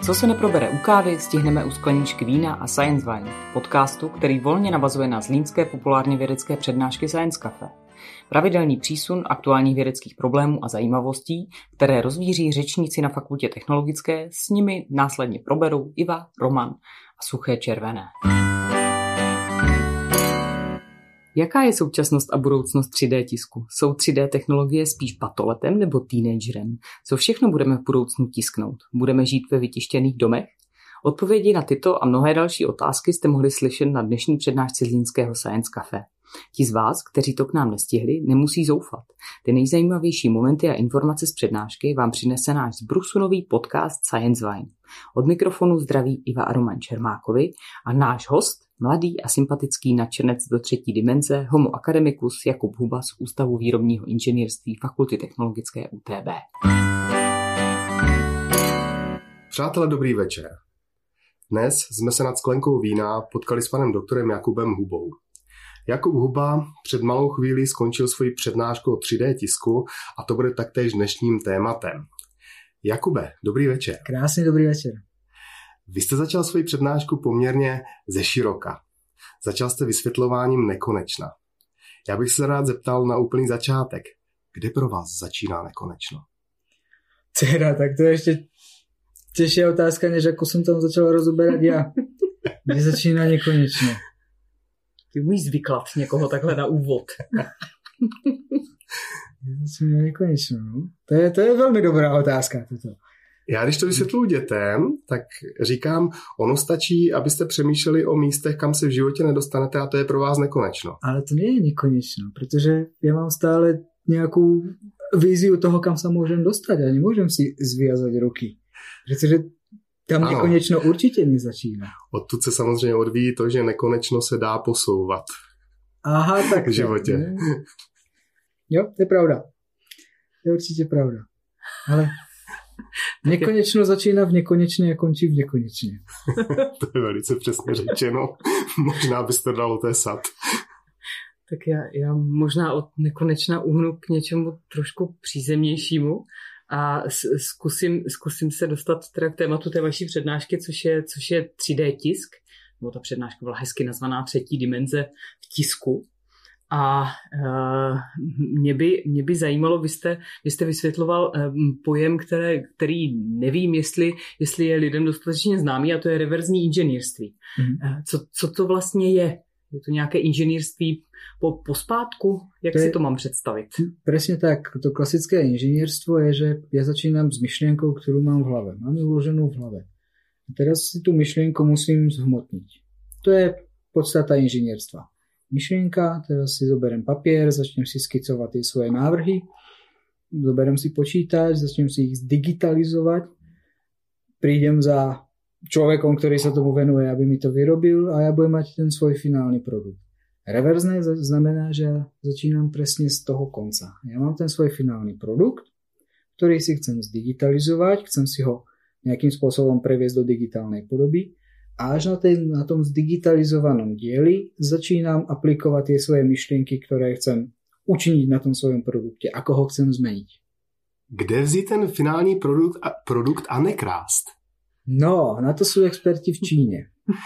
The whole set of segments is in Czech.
Co se neprobere u kávy, stihneme u skleničky vína a Science Wine, podcastu, který volně navazuje na zlínské populárně vědecké přednášky Science Cafe. Pravidelný přísun aktuálních vědeckých problémů a zajímavostí, které rozvíří řečníci na fakultě technologické, s nimi následně proberou Iva, Roman a Suché červené. Jaká je současnost a budoucnost 3D tisku? Jsou 3D technologie spíš patoletem nebo teenagerem? Co všechno budeme v budoucnu tisknout? Budeme žít ve vytištěných domech? Odpovědi na tyto a mnohé další otázky jste mohli slyšet na dnešní přednášce zlínského Science Cafe. Ti z vás, kteří to k nám nestihli, nemusí zoufat. Ty nejzajímavější momenty a informace z přednášky vám přinese náš zbrusunový podcast Science Wine. Od mikrofonu zdraví Iva a Roman Čermákovi a náš host, mladý a sympatický nadšenec do třetí dimenze, homo academicus Jakub Huba z Ústavu výrobního inženýrství Fakulty technologické UTB. Přátelé, dobrý večer. Dnes jsme se nad sklenkou vína potkali s panem doktorem Jakubem Hubou. Jakub Huba před malou chvílí skončil svoji přednášku o 3D tisku a to bude taktéž dnešním tématem. Jakube, dobrý večer. Krásný dobrý večer. Vy jste začal svoji přednášku poměrně ze široka. Začal jste vysvětlováním nekonečna. Já bych se rád zeptal na úplný začátek. Kde pro vás začíná nekonečno? Teda, tak to je ještě těžší otázka, než jako jsem tam začal rozoberat já. Kde začíná nekonečně? Ty umíš zvyklat někoho takhle na úvod. Začíná nekonečno, no? To je velmi dobrá otázka. Toto. Já když to vysvětluji dětem, tak říkám, ono stačí, abyste přemýšleli o místech, kam se v životě nedostanete a to je pro vás nekonečno. Ale to nie je nekonečno, protože já mám stále nějakou víziu toho, kam se můžem dostat. Já nemůžem si zviazat ruky. Protože tam nekonečno určitě nezačíná. Odtud se samozřejmě odvíjí to, že nekonečno se dá posouvat. Aha, tak. V životě. Ne? Jo, to je pravda. To je určitě pravda. Ale nekonečno začíná v nekonečně a končí v nekonečně. To je velice přesně řečeno. Možná byste dalo tesat. Tak já možná od nekonečna uhnu k něčemu trošku přízemnějšímu a zkusím se dostat teda k tématu té vaší přednášky, což je 3D tisk. No, ta přednáška byla hezky nazvaná třetí dimenze v tisku. A mě by zajímalo, vy jste vysvětloval pojem, který nevím, jestli je lidem dostatečně známý, a to je reverzní inženýrství. Co to vlastně je? Je to nějaké inženýrství pospátku? Jak si to mám představit? Presne tak. To klasické inženýrstvo je, že ja začínam s myšlienkou, ktorú mám v hlave. Mám ju uloženú v hlave. A teraz si tú myšlienku musím zhmotniť. To je podstata inžinierstva. Myšlienka, teraz si zoberiem papier, začnem si skicovať tie svoje návrhy, zoberiem si počítač, začnem si ich zdigitalizovať, prídem za človekom, ktorý sa tomu venuje, aby mi to vyrobil a ja budem mať ten svoj finálny produkt. Reverzné znamená, že ja začínam presne z toho konca. Ja mám ten svoj finálny produkt, ktorý si chcem zdigitalizovať, chcem si ho nejakým spôsobom previesť do digitálnej podoby a až na tom zdigitalizovanom dieli začínam aplikovať tie svoje myšlienky, ktoré chcem učiniť na tom svojom produkte, ako ho chcem zmeniť. Kde vzít ten finální produkt a nekrást? No, na to sú experti v Číne.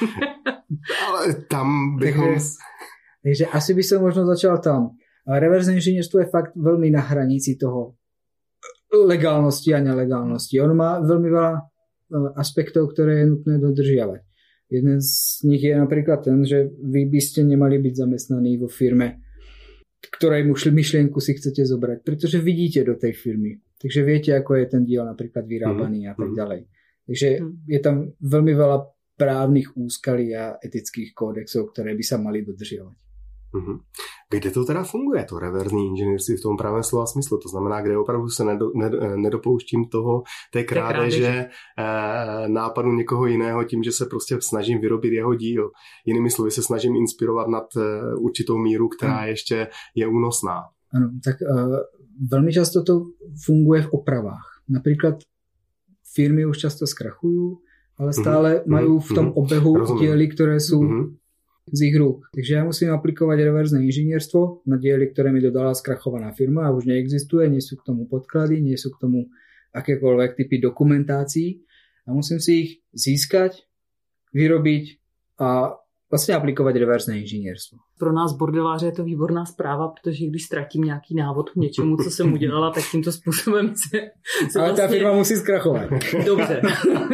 Ale tam bychom... Takže asi by som možno začal tam. Reverzné inžinierstvo je fakt veľmi na hranici toho legálnosti a nelegálnosti. On má veľmi veľa aspektov, ktoré je nutné dodržiavať. Jeden z nich je napríklad ten, že vy by ste nemali byť zamestnaní vo firme, ktorej myšlienku si chcete zobrať, pretože vidíte do tej firmy. Takže viete, ako je ten diel napríklad vyrábaný a tak ďalej. Takže je tam veľmi veľa právnych úskalí a etických kódexov, ktoré by sa mali dodržiavať. Kde to teda funguje, to reverzní inženýrství v tom pravém slova smyslu? To znamená, kde opravdu se nedopouštím té krádeže nápadu někoho jiného tím, že se prostě snažím vyrobit jeho díl. Jinými slovy se snažím inspirovat nad určitou míru, která ještě je únosná. Ano, tak velmi často to funguje v opravách. Například firmy už často zkrachujú, ale stále majú v tom obehu diely, ktoré sú z ich rúk. Takže ja musím aplikovať reverzné inžinierstvo na diely, ktoré mi dodala skrachovaná firma a už neexistuje, nie sú k tomu podklady, nie sú k tomu akékoľvek typy dokumentácií A musím si ich získať, vyrobiť a vlastně aplikovat reverzné inženýrstvo. Pro nás bordeláře je to výborná zpráva, protože když ztratím nějaký návod k něčemu, co jsem udělala, tak tímto způsobem se ale vlastně... ta firma musí zkrachovat. Dobře.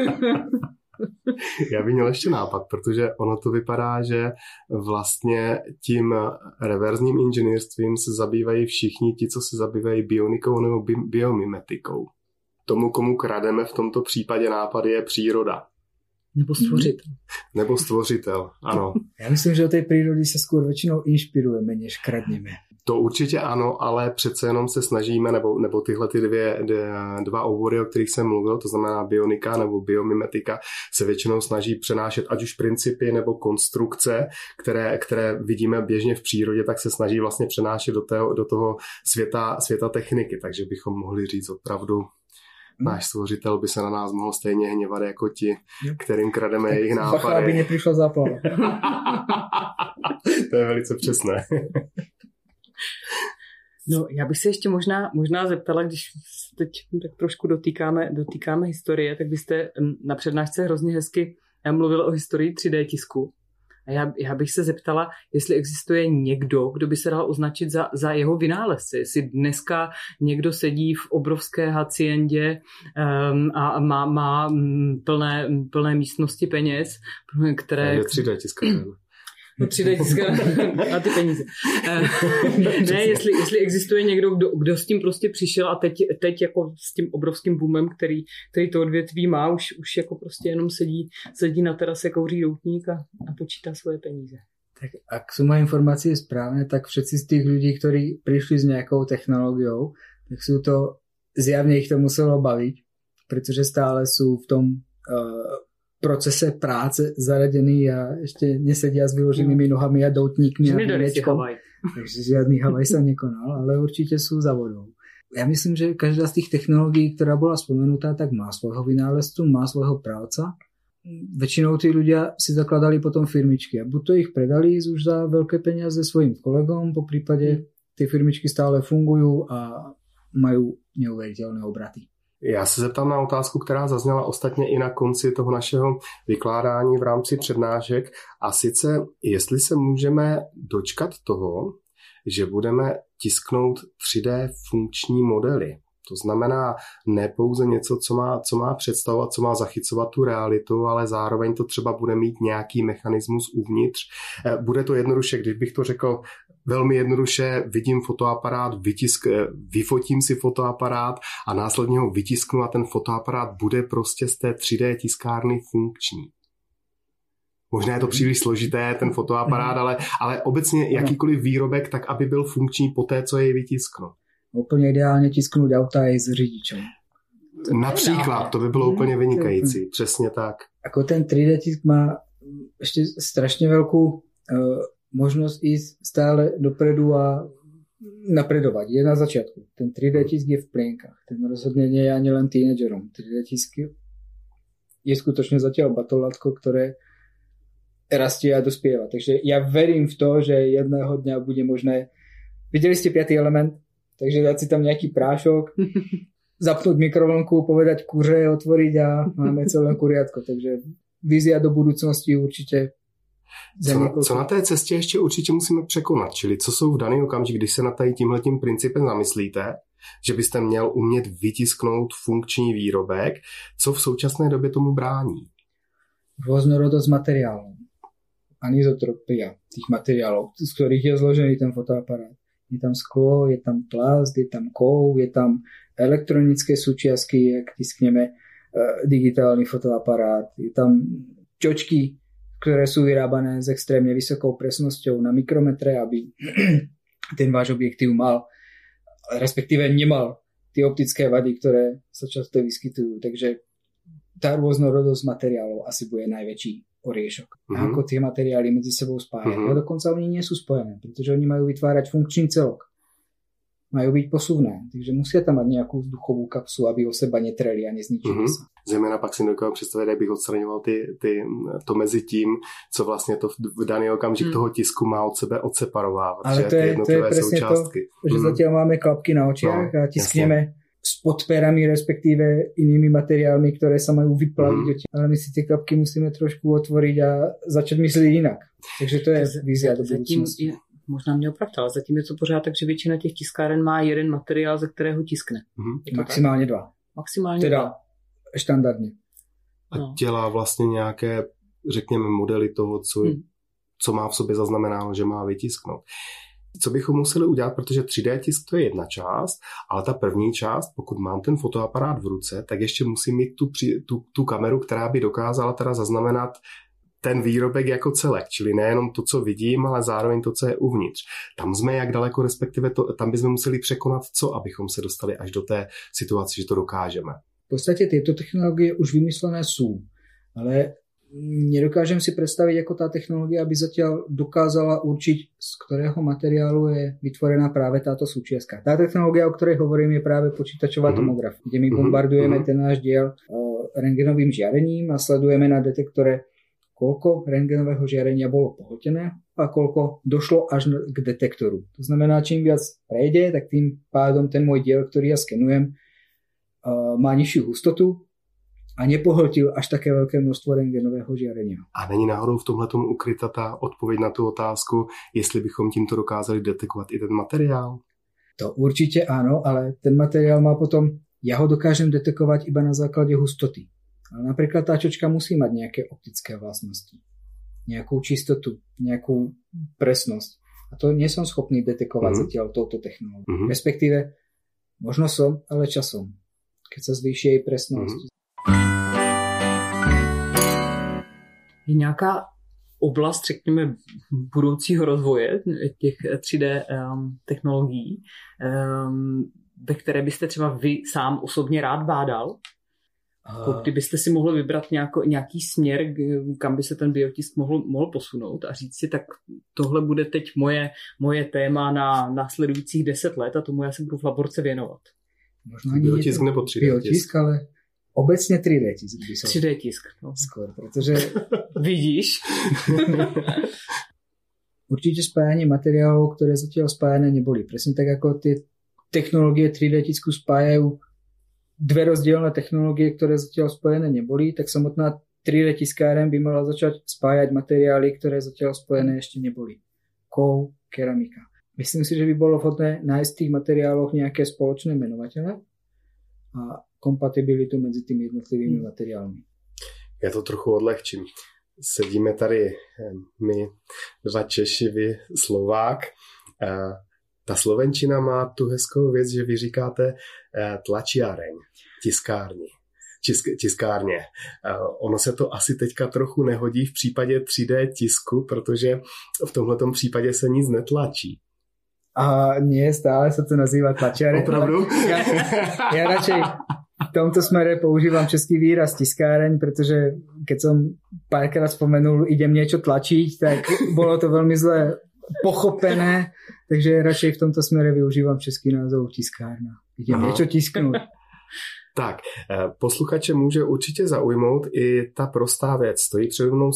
Já bych měl ještě nápad, protože ono to vypadá, že vlastně tím reverzním inženýrstvím se zabývají všichni ti, co se zabývají bionikou nebo biomimetikou. Tomu, komu krademe v tomto případě nápady, je příroda. Nebo stvořitel, ano. Já myslím, že od té přírody se skôr většinou inšpirujeme, než kradneme. To určitě ano, ale přece jenom se snažíme, nebo tyhle ty dva obory, o kterých jsem mluvil, to znamená bionika nebo biomimetika, se většinou snaží přenášet ať už principy nebo konstrukce, které vidíme běžně v přírodě, tak se snaží vlastně přenášet do toho světa techniky. Takže bychom mohli říct opravdu, náš stvořitel by se na nás mohl stejně hněvat jako ti, kterým krademe jejich nápady. Bacha, aby nepřišla záplava. To je velice přesné. No, já bych se ještě možná zeptala, když teď tak trošku dotýkáme historie, tak byste na přednášce hrozně hezky mluvil o historii 3D tisku. A já bych se zeptala, jestli existuje někdo, kdo by se dal označit za jeho vynálezce. Jestli dneska někdo sedí v obrovské haciendě a má plné místnosti peněz, které... 3D tiskárna. No 3D tiskárna a ty peníze. Ne, jestli existuje někdo, kdo s tím prostě přišel a teď jako s tím obrovským boomem, který to odvětví má, už jako prostě jenom sedí na terase, kouří doutník a počítá svoje peníze. Tak ak sú moje informácie správne, tak všetci z tých ľudí, ktorí prišli s nejakou technológiou, tak sú to, zjavne ich to muselo baviť, pretože stále sú v tom procese práce zaradení a ešte nesedia s vyloženými nohami a doutníkmi a vínečkom. Takže žiadny Havaj sa nekonal, ale určite sú za vodou. Ja myslím, že každá z tých technológií, ktorá bola spomenutá, tak má svojho vynálezcu, má svojho právca. Väčšinou tí ľudia si zakladali potom firmičky a buď to ich predali už za veľké peniaze svojim kolegom, po prípade tie firmičky stále fungujú a majú neuveriteľné obraty. Já se zeptám na otázku, která zazněla ostatně i na konci toho našeho vykládání v rámci přednášek, a sice, jestli se můžeme dočkat toho, že budeme tisknout 3D funkční modely. To znamená ne pouze něco, co má představovat, co má zachycovat tu realitu, ale zároveň to třeba bude mít nějaký mechanismus uvnitř. Bude to jednoduše, když bych to řekl velmi jednoduše, vidím fotoaparát, vyfotím si fotoaparát a následně ho vytisknu a ten fotoaparát bude prostě z té 3D tiskárny funkční. Možná je to příliš složité, ten fotoaparát, ale obecně jakýkoliv výrobek, tak aby byl funkční po té, co jej vytisknu. Úplně ideálně tisknout auta i s řidičem. Například, to by bylo úplně vynikající, přesně tak. Ako ten 3D tisk má ještě strašně velkou možnost jít stále dopredu a napredovat. Je na začátku. Ten 3D tisk je v plienkách. Ten rozhodně nie je ani len teenagerom. 3D tisk je skutočne zatiaľ batolátko, ktoré rastie a dospieva. Takže ja verím v to, že jedného dňa bude možné. Videli ste 5. element? Takže dať si tam nejaký prášok, zapnúť mikrovlnku, povedať kuře, otvoriť a máme celé kuriatko. Takže vízia do budúcnosti určite. Co na té cestě ještě určitě musíme překonat? Čili co jsou v daný okamžik, když se na tady tímhletím principem zamyslíte, že byste měl umět vytisknout funkční výrobek, co v současné době tomu brání? Rôznorodosť materiálov. Anizotropia tých materiálov, z ktorých je zložený ten fotoaparát. Je tam sklo, je tam plast, je tam kov, je tam elektronické súčiastky, jak tiskneme digitálny fotoaparát. Je tam čočky, ktoré sú vyrábané s extrémne vysokou presnosťou na mikrometre, aby ten váš objektív mal, respektíve nemal tie optické vady, ktoré sa často vyskytujú. Takže tá rôznorodosť materiálov asi bude najväčší oriešok. A ako tie materiály medzi sebou spájať. A dokonca oni nie sú spojené, pretože oni majú vytvárať funkčný celok. Majú byť posuvné, takže musia tam mať nejakú vzduchovú kapsu, aby o seba netreli a nezničili sa. Zejména pak si nedokážu představit, jak bych odstraňoval to mezi tím, co vlastně to v daný okamžik toho tisku má od sebe odseparovávat. Ale to je presne součástky. To, že zatiaľ máme klapky na očiach a tiskneme s podperami, respektíve inými materiálmi, ktoré sa majú vyplaviť. Ale my si tie klapky musíme trošku otvoriť a začať myslet jinak. Takže to je vízia do budoucnosti. Možná mě opravdu, ale zatím je to pořád tak, že většina těch tiskáren má jeden materiál, ze kterého tiskne. Maximálně dva. Teda štandardně. A dělá vlastně nějaké, řekněme, modely toho, co má v sobě zaznamenáno, že má vytisknout. Co bychom museli udělat, protože 3D tisk to je jedna část, ale ta první část, pokud mám ten fotoaparát v ruce, tak ještě musím mít tu kameru, která by dokázala teda zaznamenat ten výrobek jako celek, čili nejenom to, co vidím, ale zároveň to, co je uvnitř. Tam jsme jak daleko, respektive tam bychom museli překonat co, abychom se dostali až do té situace, že to dokážeme. V podstatě tyto technologie už vymyslené sú, ale nedokážem si predstaviť, ako tá technológia by zatiaľ dokázala určiť, z ktorého materiálu je vytvorená práve táto súčiastka. Tá technológia, o ktorej hovorím, je práve počítačová tomografia, kde my bombardujeme ten náš diel rentgenovým žiarením a sledujeme na detektore, koľko rentgenového žiarenia bolo pohltené a koľko došlo až k detektoru. To znamená, čím viac prejde, tak tým pádom ten môj diel, ktorý ja skenujem, má nižšiu hustotu a nepohltil až také veľké množstvo rentgenového žiarenia. A není náhodou v tomhletom ukryta ta odpověď na tu otázku, jestli bychom tímto dokázali detekovat i ten materiál? To určite áno, ale ten materiál má potom, ja ho dokážem detekovať iba na základe hustoty. Ale napríklad tá čočka musí mať nejaké optické vlastnosti, nejakú čistotu, nejakú presnosť. A to nie som schopný detekovať zatiaľ touto technológiou. Respektíve, možno som, ale časom, keď sa zvýši jej presnosť. Je nějaká oblast, řekněme, budoucího rozvoje těch 3D technologií, ve které byste třeba vy sám osobně rád bádal? Kdybyste si mohli vybrat nějaký směr, kam by se ten biotisk mohl posunout a říct si, tak tohle bude teď moje téma na následujících 10 let a tomu já se budu v laborce věnovat. Možná ani biotisk nebo 3D biotisk, ale obecne 3D tisk by som. 3D tisk. No. Skôr, pretože... Vidíš? Určite spájanie materiálov, ktoré zatiaľ spájané neboli. Presne tak, ako tie technológie 3D tisku spájajú dve rozdielne technológie, ktoré zatiaľ spojené neboli, tak samotná 3D tiskáren by mala začať spájať materiály, ktoré zatiaľ spojené ešte neboli. Kov, keramika. Myslím si, že by bolo vhodné nájsť v tých materiáloch nejaké spoločné menovatele a kompatibilitu mezi tými jednotlivými materiálmi. Já to trochu odlehčím. Sedíme tady my dva Češi, vy Slovák. Ta slovenčina má tu hezkou věc, že vy říkáte tlačiareň, tiskárně. Ono se to asi teďka trochu nehodí v případě 3D tisku, protože v tomhletom případě se nic netlačí. A nie, stále sa to nazýva tlačiareň. Opravdu? Ja radšej v tomto smere používam český výraz tiskáreň, pretože keď som párkrát spomenul, idem niečo tlačiť, tak bolo to veľmi zle pochopené, takže radšej v tomto smere využívam český názov tiskárna. Idem niečo tisknúť. Tak, posluchače může určitě zaujmout i ta prostá věc. Stojí přede mnou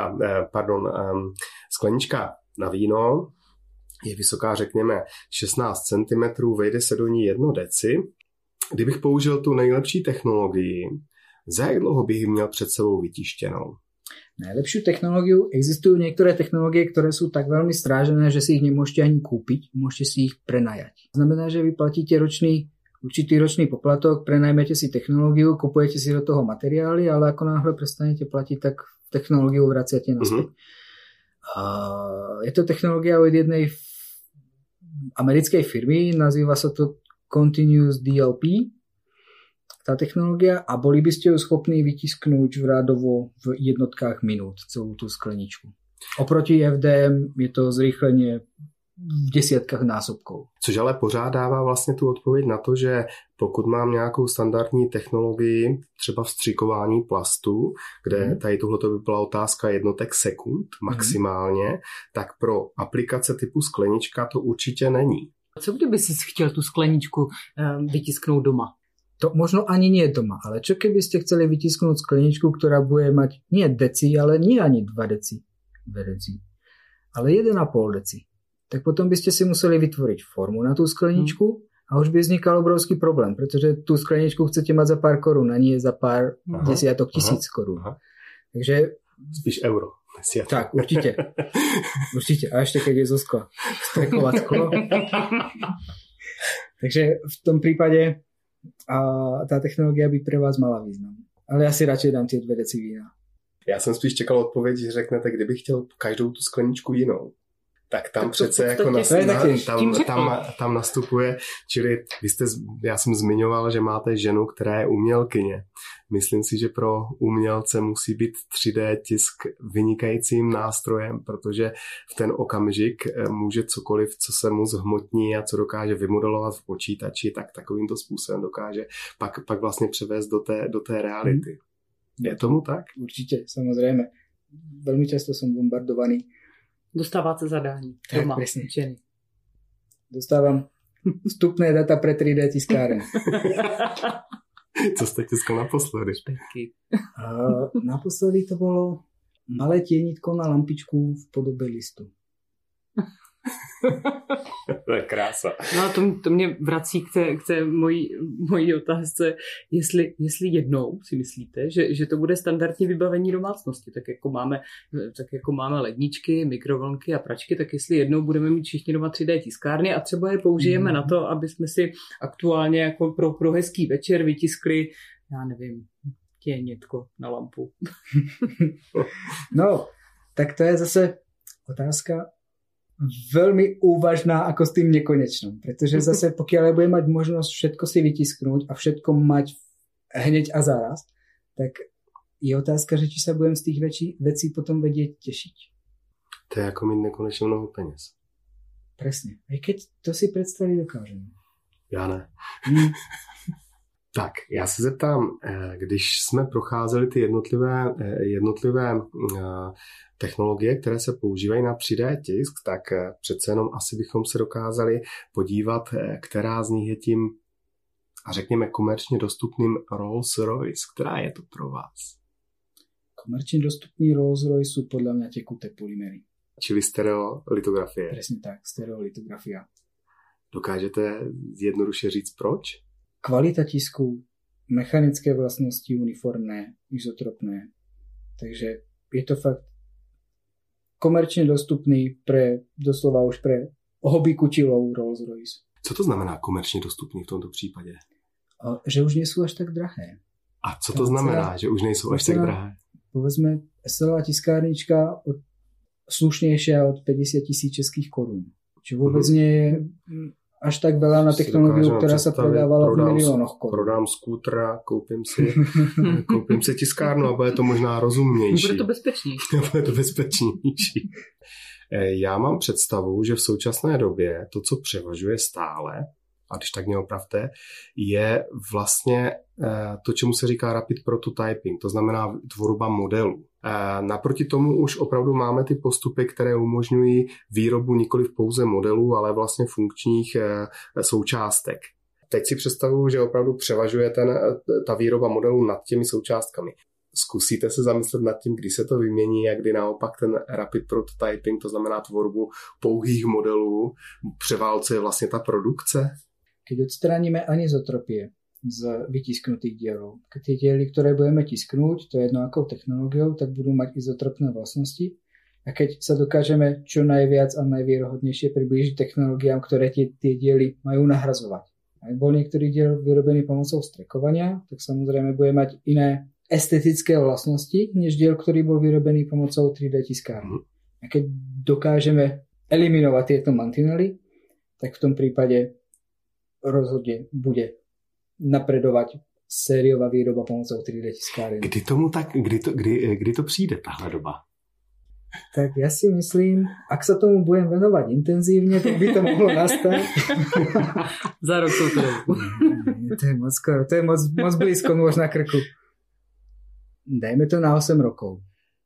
sklenička na víno, je vysoká, řekněme, 16 cm, vejde se do ní 1 deci. Kdybych použil tu nejlepší technologii, za jak dlouho bych ji měl před sebou vytištěnou? Najlepšiu technológiu, existujú niektoré technológie, ktoré sú tak veľmi strážené, že si ich nemôžete ani kúpiť, môžete si ich prenajať. Znamená, že vy platíte určitý ročný poplatok, prenajmete si technológiu, kupujete si do toho materiály, ale ako náhle prestanete platiť, tak technológiu vraciate naspäť. Je to technológia od jednej americkej firmy, nazýva sa to Continuous DLP, tá technológia, a boli by ste ju schopní vytisknúť rádovo v jednotkách minút celú tú skleničku. Oproti FDM je to zrýchlenie v desiatkách násobkov. Což ale pořád dává vlastně tu odpověď na to, že pokud mám nějakou standardní technologii, třeba vstřikování plastu, kde tady tohleto by byla otázka jednotek sekund maximálně, tak pro aplikace typu sklenička to určitě není. Co kdyby si chtěl tu skleničku vytisknout doma? To možno ani nie doma, ale čo keby ste chceli vytisknúť skleničku, ktorá bude mať nie deci, ale nie ani 2 deci, ale 1,5 deci. Tak potom by ste si museli vytvoriť formu na tú skleničku A už by vznikal obrovský problém, protože tu skleničku chcete mať za pár korun a nie za pár desiatok tisíc korun. Takže... Spíš euro. Tak, určite. Určite. A ešte keď je zo skla. Strekovať sklo. Takže v tom prípade tá technológia by pre vás mala význam. Ale ja si radšej dám tie 2 deci vína. Já jsem spíš čekal odpověď, že řeknete, kdybych chtěl každou tu skleničku jinou. Tak tam tak přece jako tam nastupuje, čili já jsem zmiňoval, že máte ženu, která je umělkyně. Myslím si, že pro umělce musí být 3D tisk vynikajícím nástrojem, protože v ten okamžik může cokoliv, co se mu zhmotní a co dokáže vymodelovat v počítači, tak takovýmto způsobem dokáže pak vlastně převést do té reality. Je tomu tak? Určite, samozrejme. Veľmi často som bombardovaný. Dostáváte zadání doma. Presne. Dostávam vstupné data pre 3D tiskáren. Co jste tiskal naposledy? Naposledy to bolo malé tienitko na lampičku v podobe listu. To je krása. No a to mě vrací k té mojí otázce, jestli jednou si myslíte, že to bude standardní vybavení domácnosti, tak jako máme ledničky, mikrovlnky a pračky, tak jestli jednou budeme mít všichni doma 3D tiskárny a třeba je použijeme na to, aby jsme si aktuálně jako pro hezký večer vytiskli, já nevím, těnitko na lampu. No, tak to je zase otázka veľmi úvažná ako s tým nekonečnom. Pretože zase pokiaľ ja budem mať možnosť všetko si vytisknúť a všetko mať hneď a zaraz, tak je otázka, že či sa budem z tých vecí potom vedieť tešiť. To je ako mít nekonečne mnoho peněz. Presne. Aj keď to si predstaviť dokážem. Já ne. Tak, já se zeptám, když jsme procházeli ty jednotlivé technologie, které se používají na 3D tisk, tak přece jenom asi bychom se dokázali podívat, která z nich je tím, a řekněme, komerčně dostupným Rolls-Royce. Která je to pro vás? Komerčne dostupný Rolls-Royce sú podľa mňa tekuté polymery. Čili stereolitografie. Presne tak, stereolitografia. Dokážete jednoduše říct proč? Kvalita tisku, mechanické vlastnosti uniformné, izotropné. Takže je to fakt komerčne dostupný doslova už pre hobby kučilov Rolls-Royce. Co to znamená komerčně dostupný v tomto případě? Že už nie sú až tak drahé. A co to znamená, že už nejsou až tak drahé? Povedzme, SLA tiskárnička slušnejšia od 50 000 českých korún. Čiže vôbec nie je až tak veľa na technológiu, ktorá sa predávala v miliónoch korún. Prodám skútra, koupím si tiskárnu a bude to možná rozumnější. Bude to bezpečnější. Já mám představu, že v současné době to, co převažuje stále, a když tak mě opravte, je vlastně to, čemu se říká rapid prototyping, to znamená tvorba modelů. Naproti tomu už opravdu máme ty postupy, které umožňují výrobu nikoliv pouze modelů, ale vlastně funkčních součástek. Teď si představuju, že opravdu převažuje ta výroba modelů nad těmi součástkami. Zkusíte se zamyslet nad tím, kdy se to vymění a kdy naopak ten rapid prototyping, to znamená tvorbu pouhých modelů, převálcuje vlastně ta produkce? Keď odstránime anizotropie z vytisknutých dielov, keď tie diely, ktoré budeme tisknúť, to je jedno akou technológiou, tak budú mať izotropné vlastnosti. A keď sa dokážeme čo najviac a najvierohodnejšie priblížiť technológiám, ktoré tie diely majú nahrazovať. Ak bol niektorý diel vyrobený pomocou strekovania, tak samozrejme bude mať iné estetické vlastnosti, než diel, ktorý bol vyrobený pomocou 3D tiskárny. A keď dokážeme eliminovať tieto mantinely, tak v tom prípade rozhodne bude napredovať sériová výroba pomocou 3D tiskáren. Kdy to přijde, tahle doba? Tak ja si myslím, ak sa tomu budem venovať intenzívne, tak by to mohlo nastať. Za rok to dobu. To je moc skoro, to je moc blízko nôž na krku. Dajme to na 8 rokov.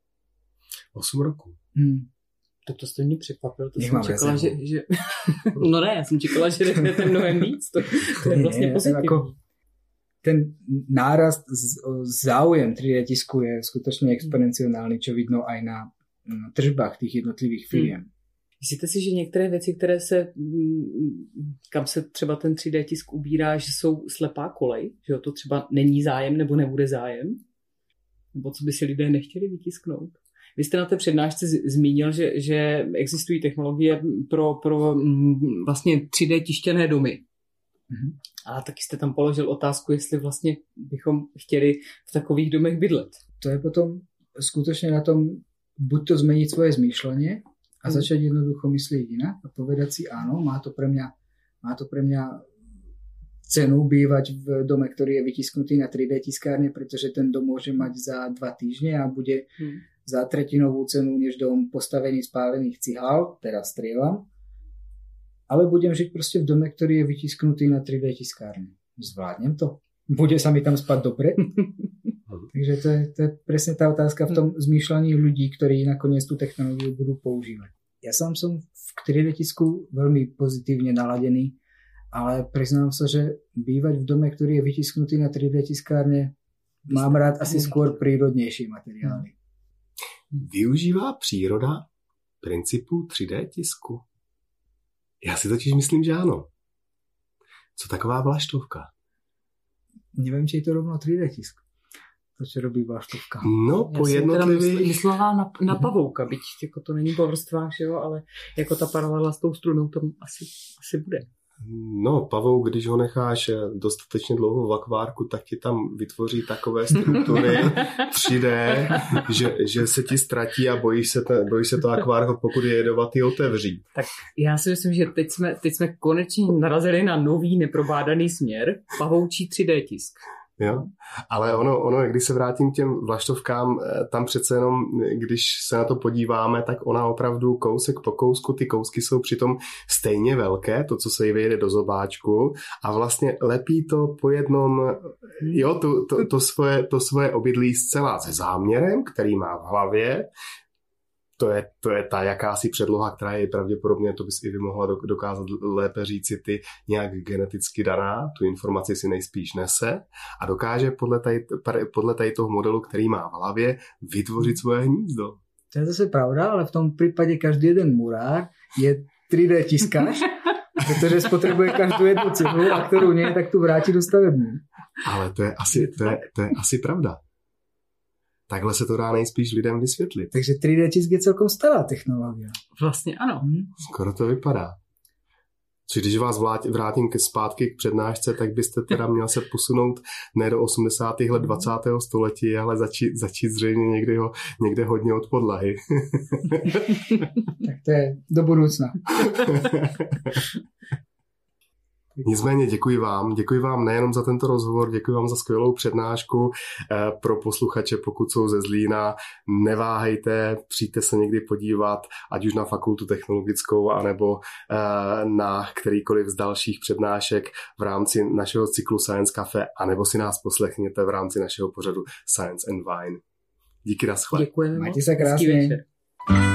8 rokov? To jste mě překvapil, to jsem čekala, že... No ne, já jsem čekala, že řeknete mnohem víc, to je vlastně pozitivní. Ten nárast záujem 3D tisku je skutočne exponenciálny, čo vidno aj na tržbách tých jednotlivých firiem. Myslíte si, že některé věci, kam se třeba ten 3D tisk ubírá, že jsou slepá kolej, že to třeba není zájem nebo nebude zájem? Nebo co by si lidé nechtěli vytisknout? Vy jste na té přednášce zmínil, že existují technologie pro vlastně 3D tištěné domy. Mhm. A taky jste tam položil otázku, jestli vlastně bychom chtěli v takových domech bydlet. To je potom skutečne na tom, buď to zmeniť svoje zmýšľanie a začať jednoducho myslieť inak a povedať si áno, má to pre mňa cenu bývať v dome, ktorý je vytisknutý na 3D tiskárne, pretože ten dom môže mať za 2 týždne a bude za tretinovú cenu než dom postavený z pálených cihál, teraz strieľam, ale budem žiť proste v dome, ktorý je vytisknutý na 3D tiskárne. Zvládnem to? Bude sa mi tam spať dobre? Takže to je presne tá otázka v tom zmýšľaní ľudí, ktorí nakoniec tú technológiu budú používať. Ja sám som v 3D tisku veľmi pozitívne naladený, ale priznám sa, že bývať v dome, ktorý je vytisknutý na 3D tiskárne, mám rád asi skôr prírodnejšie materiály. Využívá příroda principu 3D tisku? Já si totiž myslím, že ano. Co taková vlaštovka? Neviem, či je to rovno 3D tisk. To, čo robí vlaštovka. No, po jednotlivých... Myslela na pavouka, byť jako to není po vrstvách, že jo, ale jako ta paralela s tou strunou tam asi bude. No, pavouk, když ho necháš dostatečně dlouho v akvárku, tak ti tam vytvoří takové struktury 3D, že se ti ztratí a bojíš se to akvárko, pokud je jedovatý, otevřít. Tak já si myslím, že teď jsme konečně narazili na nový neprobádaný směr, pavoučí 3D tisk. Jo? Ale ono, když se vrátím k těm vlaštovkám, tam přece jenom, když se na to podíváme, tak ona opravdu kousek po kousku, ty kousky jsou přitom stejně velké, to, co se jí vejde do zobáčku a vlastně lepí to po jednom, jo, to svoje obydlí zcela se záměrem, který má v hlavě. To je ta jakási předloha, která je pravděpodobně, to bys i vy mohla dokázat lépe říci, ty nějak geneticky daná, tu informaci si nejspíš nese a dokáže podle tady toho modelu, který má v hlavě, vytvořit svoje hnízdo. To je zase pravda, ale v tom prípade každý jeden murár je 3D tiskař, protože spotřebuje každou jednu cihlu a kterou nie, tak tu vrátí do stavební. Ale to je asi pravda. Takhle se to dá nejspíš lidem vysvětlit. Takže 3D tisk je celkom stará technologie. Vlastně ano. Skoro to vypadá. Což když vás vrátím zpátky k přednášce, tak byste teda měl se posunout ne do 80. let 20. století, ale začít zřejmě někde hodně od podlahy. Tak to je do budoucna. Nicméně děkuji vám nejenom za tento rozhovor, děkuji vám za skvělou přednášku. Pro posluchače, pokud jsou ze Zlína, neváhejte, přijďte se někdy podívat, ať už na fakultu technologickou, anebo na kterýkoliv z dalších přednášek v rámci našeho cyklu Science Cafe, anebo si nás poslechněte v rámci našeho pořadu Science and Wine. Díky, naschle. Děkujeme. Majte se krásně.